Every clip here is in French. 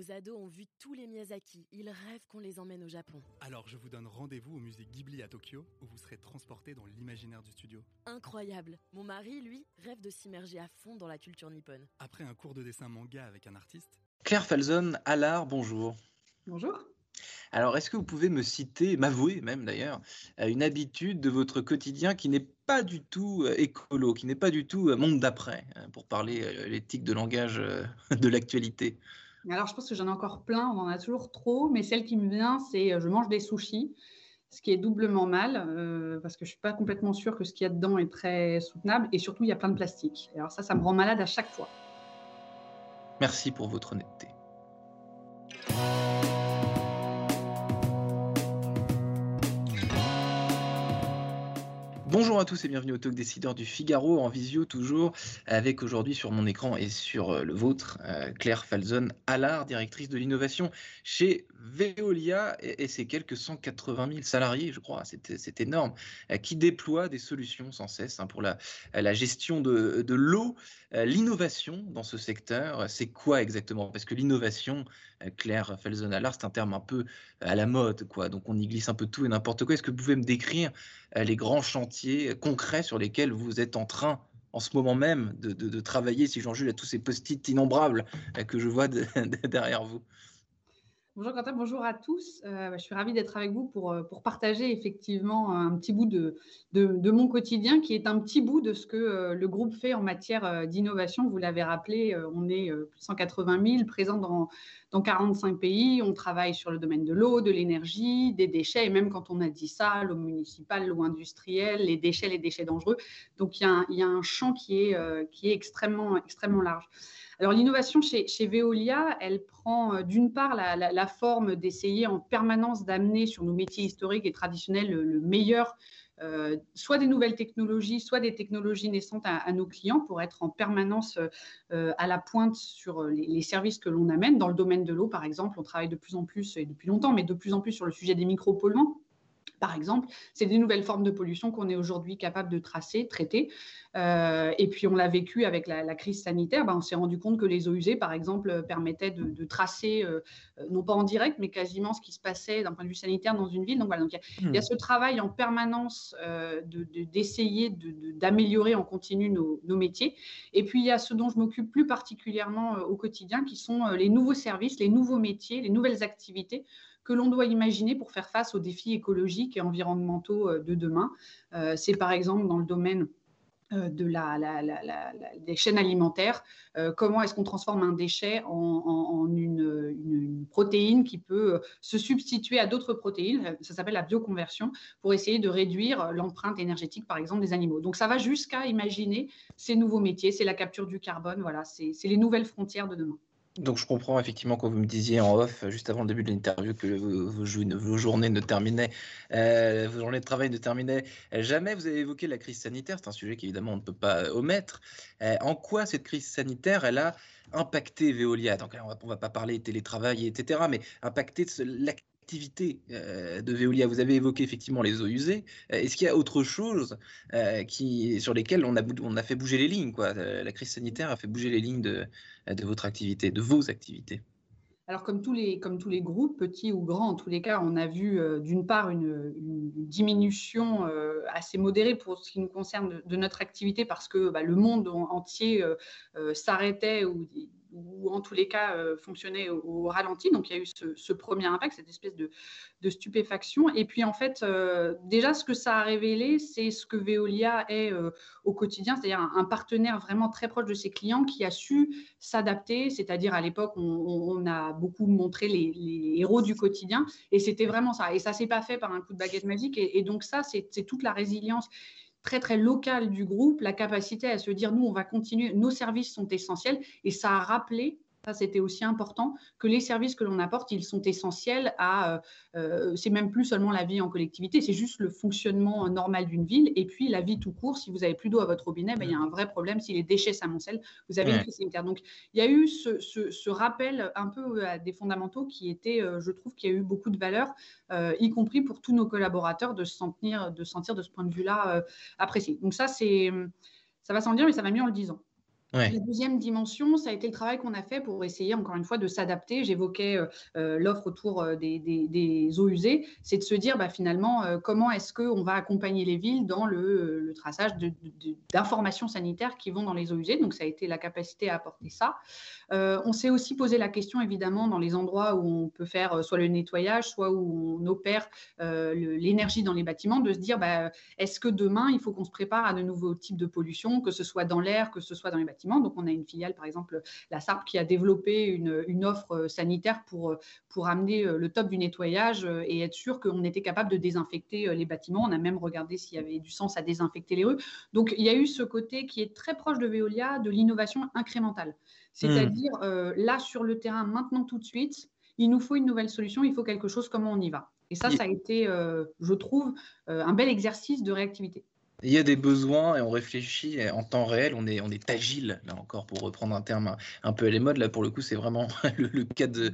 Nos ados ont vu tous les Miyazaki. Ils rêvent qu'on les emmène au Japon. Alors je vous donne rendez-vous au musée Ghibli à Tokyo, où vous serez transportés dans l'imaginaire du studio. Incroyable. Mon mari, lui, rêve de s'immerger à fond dans la culture nippone. Après un cours de dessin manga avec un artiste. Claire Falzon, Allard, bonjour. Bonjour. Alors, est-ce que vous pouvez me citer, m'avouer même d'ailleurs, une habitude de votre quotidien qui n'est pas du tout écolo, qui n'est pas du tout monde d'après, pour parler l'éthique de langage de l'actualité? Alors, je pense que j'en ai encore plein, on en a toujours trop, mais celle qui me vient, c'est je mange des sushis, ce qui est doublement mal, parce que je ne suis pas complètement sûre que ce qu'il y a dedans est très soutenable, et surtout, il y a plein de plastique. Et alors ça me rend malade à chaque fois. Merci pour votre honnêteté. Bonjour à tous et bienvenue au Talk Décideur du Figaro, en visio toujours, avec aujourd'hui sur mon écran et sur le vôtre, Claire Falzon Allard, directrice de l'innovation chez Veolia et ses quelques 180 000 salariés, je crois, c'est énorme, qui déploient des solutions sans cesse pour la gestion de l'eau. L'innovation dans ce secteur, c'est quoi exactement? Parce que l'innovation, Claire Falzon Allard, c'est un terme un peu à la mode, quoi. Donc on y glisse un peu tout et n'importe quoi. Est-ce que vous pouvez me décrire les grands chantiers concrets sur lesquels vous êtes en train en ce moment même de travailler, si j'en juge à tous ces post-it innombrables que je vois derrière vous? Bonjour Quentin, bonjour à tous. Je suis ravie d'être avec vous pour partager effectivement un petit bout de mon quotidien qui est un petit bout de ce que le groupe fait en matière d'innovation. Vous l'avez rappelé, on est plus de 180 000 présents dans 45 pays. On travaille sur le domaine de l'eau, de l'énergie, des déchets et même quand on a dit ça, l'eau municipale, l'eau industrielle, les déchets dangereux. Donc il y a un champ qui est extrêmement large. Alors, l'innovation chez Veolia, elle prend d'une part la forme d'essayer en permanence d'amener sur nos métiers historiques et traditionnels le meilleur, soit des nouvelles technologies, soit des technologies naissantes à nos clients pour être en permanence à la pointe sur les services que l'on amène. Dans le domaine de l'eau, par exemple, on travaille de plus en plus, et depuis longtemps, mais de plus en plus sur le sujet des micropolluants. Par exemple, c'est des nouvelles formes de pollution qu'on est aujourd'hui capable de tracer, traiter. Et puis, on l'a vécu avec la crise sanitaire. On s'est rendu compte que les eaux usées, par exemple, permettaient de tracer, non pas en direct, mais quasiment ce qui se passait d'un point de vue sanitaire dans une ville. Donc, voilà. Donc, il y a ce travail en permanence d'essayer d'améliorer en continu nos métiers. Et puis, il y a ce dont je m'occupe plus particulièrement au quotidien, qui sont les nouveaux services, les nouveaux métiers, les nouvelles activités que l'on doit imaginer pour faire face aux défis écologiques et environnementaux de demain. C'est par exemple dans le domaine des chaînes alimentaires. Comment est-ce qu'on transforme un déchet en une protéine qui peut se substituer à d'autres protéines? Ça s'appelle la bioconversion, pour essayer de réduire l'empreinte énergétique, par exemple, des animaux. Donc, ça va jusqu'à imaginer ces nouveaux métiers, c'est la capture du carbone, voilà, c'est les nouvelles frontières de demain. Donc je comprends effectivement quand vous me disiez en off, juste avant le début de l'interview, que vos journées ne terminaient, vos journées de travail ne terminaient jamais. Vous avez évoqué la crise sanitaire, c'est un sujet qu'évidemment on ne peut pas omettre. En quoi cette crise sanitaire, elle a impacté Veolia? Donc on va pas parler télétravail, etc., mais impacté l'activité de Veolia. Vous avez évoqué effectivement les eaux usées. Est-ce qu'il y a autre chose sur lesquelles on a fait bouger les lignes, quoi? La crise sanitaire a fait bouger les lignes de votre activité, de vos activités? Alors, comme tous les groupes, petits ou grands, en tous les cas, on a vu d'une part une diminution assez modérée pour ce qui nous concerne de notre activité, parce que le monde entier s'arrêtait ou en tous les cas fonctionnait au ralenti. Donc, il y a eu ce premier impact, cette espèce de stupéfaction. Et puis, en fait, déjà, ce que ça a révélé, c'est ce que Veolia est au quotidien, c'est-à-dire un partenaire vraiment très proche de ses clients qui a su s'adapter. C'est-à-dire, à l'époque, on a beaucoup montré les héros du quotidien, et c'était vraiment ça. Et ça ne s'est pas fait par un coup de baguette magique. Et donc, ça, c'est toute la résilience très, très locale du groupe, la capacité à se dire, nous, on va continuer, nos services sont essentiels. Et ça a rappelé, ça c'était aussi important, que les services que l'on apporte, ils sont essentiels à, c'est même plus seulement la vie en collectivité, c'est juste le fonctionnement normal d'une ville. Et puis la vie tout court, si vous n'avez plus d'eau à votre robinet, il y a un vrai problème. Si les déchets s'amoncellent, vous avez une crise sanitaire. Donc il y a eu ce rappel un peu à des fondamentaux qui étaient, je trouve qu'il y a eu beaucoup de valeur, y compris pour tous nos collaborateurs, de se sentir de ce point de vue-là appréciés. Donc ça va sans dire, mais ça m'a mis en le disant. Ouais. La deuxième dimension, ça a été le travail qu'on a fait pour essayer, encore une fois, de s'adapter. J'évoquais l'offre autour des eaux usées. C'est de se dire, finalement, comment est-ce qu'on va accompagner les villes dans le traçage d'informations sanitaires qui vont dans les eaux usées. Donc, ça a été la capacité à apporter ça. On s'est aussi posé la question, évidemment, dans les endroits où on peut faire soit le nettoyage, soit où on opère l'énergie dans les bâtiments, de se dire, est-ce que demain, il faut qu'on se prépare à de nouveaux types de pollution, que ce soit dans l'air, que ce soit dans les bâtiments. Donc, on a une filiale, par exemple, la SARP, qui a développé une offre sanitaire pour amener le top du nettoyage et être sûr qu'on était capable de désinfecter les bâtiments. On a même regardé s'il y avait du sens à désinfecter les rues. Donc, il y a eu ce côté qui est très proche de Veolia, de l'innovation incrémentale. C'est-à-dire, là, sur le terrain, maintenant, tout de suite, il nous faut une nouvelle solution, il faut quelque chose, comment on y va. Et ça a été, je trouve, un bel exercice de réactivité. Il y a des besoins et on réfléchit en temps réel, on est agile, là encore, pour reprendre un terme un peu à la mode. Là, pour le coup, c'est vraiment le cas de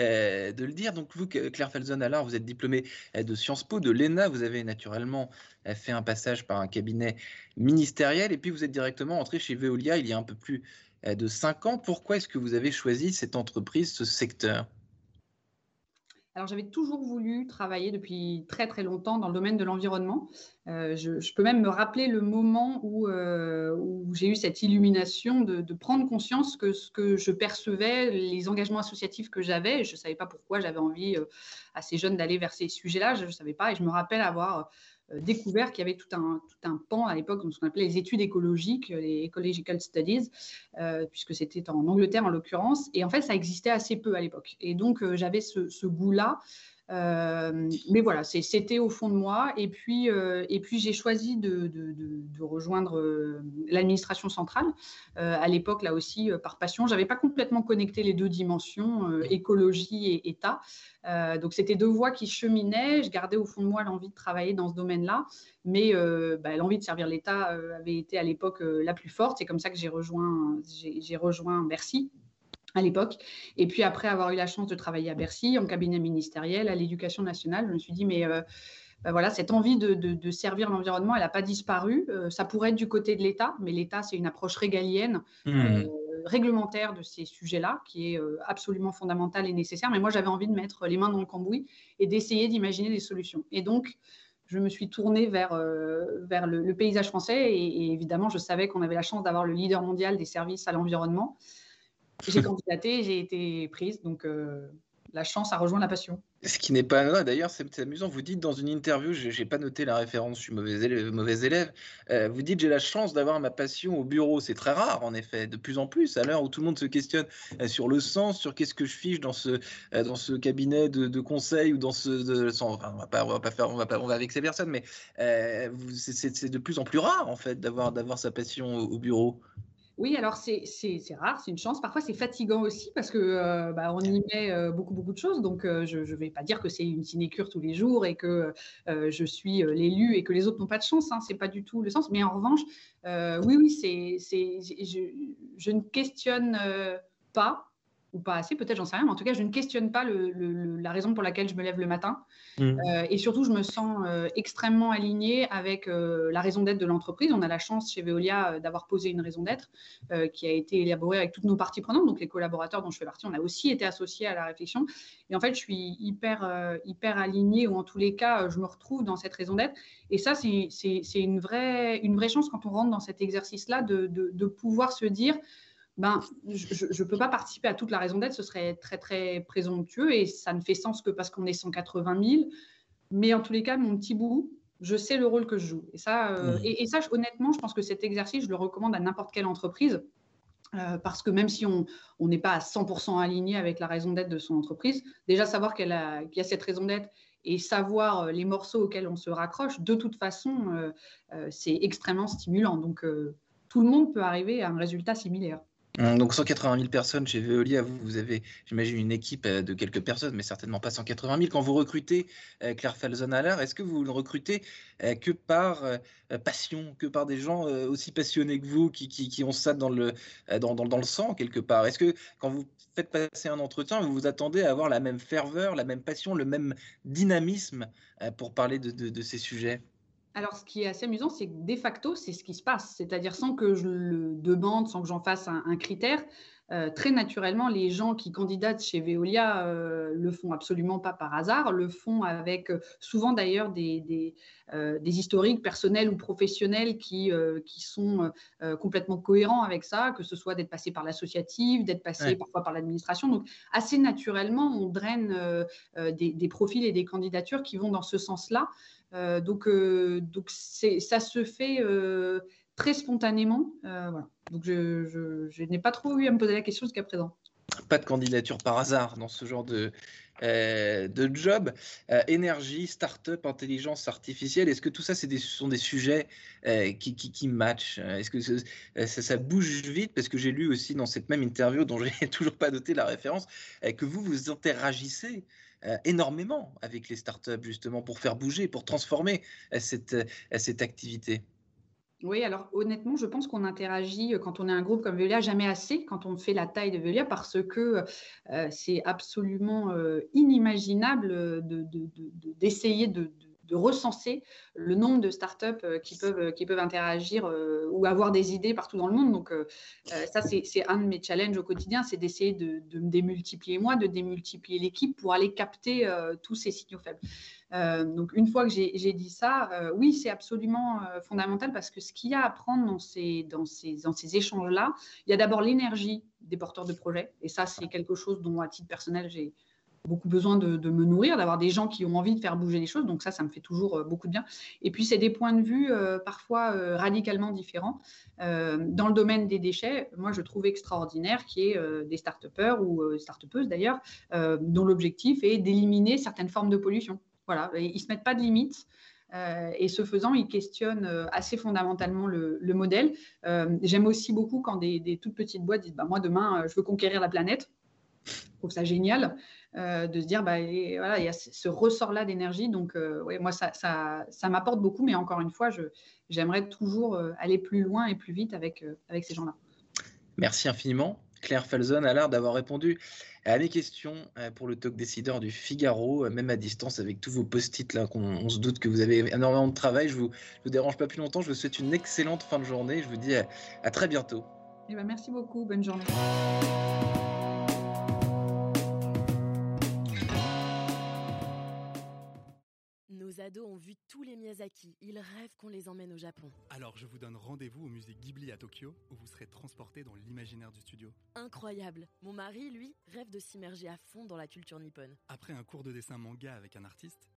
le dire. Donc, vous, Claire Falzon-Allard, vous êtes diplômée de Sciences Po, de l'ENA. Vous avez naturellement fait un passage par un cabinet ministériel et puis vous êtes directement entrée chez Veolia il y a un peu plus de 5 ans. Pourquoi est-ce que vous avez choisi cette entreprise, ce secteur ? Alors, j'avais toujours voulu travailler depuis très, très longtemps dans le domaine de l'environnement. Je peux même me rappeler le moment où j'ai eu cette illumination de prendre conscience que ce que je percevais, les engagements associatifs que j'avais, je ne savais pas pourquoi j'avais envie assez jeune d'aller vers ces sujets-là, je ne savais pas. Et je me rappelle avoir découvert qu'il y avait tout un pan à l'époque, ce qu'on appelait les études écologiques, les Ecological Studies, puisque c'était en Angleterre en l'occurrence. Et en fait, ça existait assez peu à l'époque. Et donc, j'avais ce goût-là. Mais voilà, c'était au fond de moi. Et puis j'ai choisi de rejoindre l'administration centrale. À l'époque, là aussi, par passion. Je n'avais pas complètement connecté les deux dimensions, écologie et État. Donc, c'était deux voies qui cheminaient. Je gardais au fond de moi l'envie de travailler dans ce domaine-là. Mais l'envie de servir l'État avait été à l'époque la plus forte. C'est comme ça que j'ai rejoint Bercy à l'époque. Et puis après avoir eu la chance de travailler à Bercy, en cabinet ministériel, à l'Éducation nationale, je me suis dit, mais voilà, cette envie de servir l'environnement, elle n'a pas disparu. Ça pourrait être du côté de l'État, mais l'État, c'est une approche régalienne, réglementaire de ces sujets-là, qui est absolument fondamentale et nécessaire. Mais moi, j'avais envie de mettre les mains dans le cambouis et d'essayer d'imaginer des solutions. Et donc, je me suis tournée vers le paysage français et évidemment, je savais qu'on avait la chance d'avoir le leader mondial des services à l'environnement. J'ai candidaté, j'ai été prise, donc la chance a rejoint la passion. Ce qui n'est pas anodin, d'ailleurs, c'est amusant. Vous dites dans une interview, je n'ai pas noté la référence, je suis mauvais élève, vous dites j'ai la chance d'avoir ma passion au bureau. C'est très rare, en effet, de plus en plus, à l'heure où tout le monde se questionne sur le sens, sur qu'est-ce que je fiche dans ce cabinet de conseil ou dans enfin, on va vexer personne, mais c'est de plus en plus rare, en fait, d'avoir sa passion au bureau. Oui, alors c'est rare, c'est une chance. Parfois, c'est fatigant aussi parce que on y met beaucoup, beaucoup de choses. Donc, je ne vais pas dire que c'est une sinécure tous les jours et que je suis l'élu et que les autres n'ont pas de chance. Hein, ce n'est pas du tout le sens. Mais en revanche, oui, je ne questionne pas, ou pas assez, peut-être, j'en sais rien, mais en tout cas, je ne questionne pas la raison pour laquelle je me lève le matin. Et surtout, je me sens extrêmement alignée avec la raison d'être de l'entreprise. On a la chance chez Veolia d'avoir posé une raison d'être qui a été élaborée avec toutes nos parties prenantes. Donc, les collaborateurs dont je fais partie, on a aussi été associés à la réflexion. Et en fait, je suis hyper alignée, ou en tous les cas, je me retrouve dans cette raison d'être. Et ça, c'est une vraie chance quand on rentre dans cet exercice-là de pouvoir se dire je ne peux pas participer à toute la raison d'être, ce serait très, très présomptueux et ça ne fait sens que parce qu'on est 180 000. Mais en tous les cas, mon petit bout, je sais le rôle que je joue. Et ça, honnêtement, je pense que cet exercice, je le recommande à n'importe quelle entreprise. Parce que même si on n'est pas à 100% aligné avec la raison d'être de son entreprise, déjà savoir qu'il y a cette raison d'être et savoir les morceaux auxquels on se raccroche, de toute façon, c'est extrêmement stimulant. Donc, tout le monde peut arriver à un résultat similaire. Donc 180 000 personnes chez Veolia, vous avez, j'imagine, une équipe de quelques personnes, mais certainement pas 180 000. Quand vous recrutez Claire Falzon-Allard, est-ce que vous ne recrutez que par passion, que par des gens aussi passionnés que vous, qui ont ça dans le sang quelque part? Est-ce que quand vous faites passer un entretien, vous vous attendez à avoir la même ferveur, la même passion, le même dynamisme pour parler de ces sujets? Alors, ce qui est assez amusant, c'est que de facto, c'est ce qui se passe. C'est-à-dire sans que je le demande, sans que j'en fasse un critère, très naturellement, les gens qui candidatent chez Veolia le font absolument pas par hasard, le font avec souvent d'ailleurs des historiques personnels ou professionnels qui sont complètement cohérents avec ça, que ce soit d'être passé par l'associatif, d'être passé parfois par l'administration. Donc, assez naturellement, on draine des profils et des candidatures qui vont dans ce sens-là. Donc ça se fait très spontanément. Voilà. Donc, je n'ai pas trop eu à me poser la question jusqu'à présent. Pas de candidature par hasard dans ce genre de job. Énergie, start-up, intelligence artificielle, est-ce que tout ça, ce sont des sujets qui matchent? Est-ce que ça bouge vite? Parce que j'ai lu aussi dans cette même interview, dont je n'ai toujours pas noté la référence, que vous interagissez énormément avec les startups, justement, pour faire bouger, pour transformer cette activité. Oui, alors honnêtement, je pense qu'on interagit quand on est un groupe comme Veolia jamais assez quand on fait la taille de Veolia parce que c'est absolument inimaginable d'essayer de recenser le nombre de startups qui peuvent interagir ou avoir des idées partout dans le monde. Donc ça, c'est un de mes challenges au quotidien, c'est d'essayer de me démultiplier moi, de démultiplier l'équipe pour aller capter tous ces signaux faibles. Donc, une fois que j'ai dit ça, oui, c'est absolument fondamental parce que ce qu'il y a à prendre dans ces échanges-là, il y a d'abord l'énergie des porteurs de projets. Et ça, c'est quelque chose dont, à titre personnel, j'ai beaucoup besoin de me nourrir, d'avoir des gens qui ont envie de faire bouger les choses. Donc ça me fait toujours beaucoup de bien. Et puis, c'est des points de vue parfois radicalement différents. Dans le domaine des déchets, moi, je trouve extraordinaire qu'il y ait des start-upers ou start-upeuses d'ailleurs, dont l'objectif est d'éliminer certaines formes de pollution. Voilà, ils ne se mettent pas de limites. Et ce faisant, ils questionnent assez fondamentalement le modèle. J'aime aussi beaucoup quand des toutes petites boîtes disent moi, demain, je veux conquérir la planète. Je trouve ça génial de se dire voilà, il y a ce ressort-là d'énergie. Donc, ouais, moi, ça m'apporte beaucoup. Mais encore une fois, j'aimerais toujours aller plus loin et plus vite avec ces gens-là. Merci infiniment, Claire Falzon, à l'art d'avoir répondu à mes questions pour le talk décideur du Figaro, même à distance avec tous vos post-it là, on se doute que vous avez énormément de travail. Je vous dérange pas plus longtemps. Je vous souhaite une excellente fin de journée. Je vous dis à très bientôt. Merci beaucoup. Bonne journée. Nos ados ont vu tous les Miyazaki. Ils rêvent qu'on les emmène au Japon. Alors je vous donne rendez-vous au musée Ghibli à Tokyo, où vous serez transporté dans l'imaginaire du studio. Incroyable. Mon mari, lui, rêve de s'immerger à fond dans la culture nippone. Après un cours de dessin manga avec un artiste,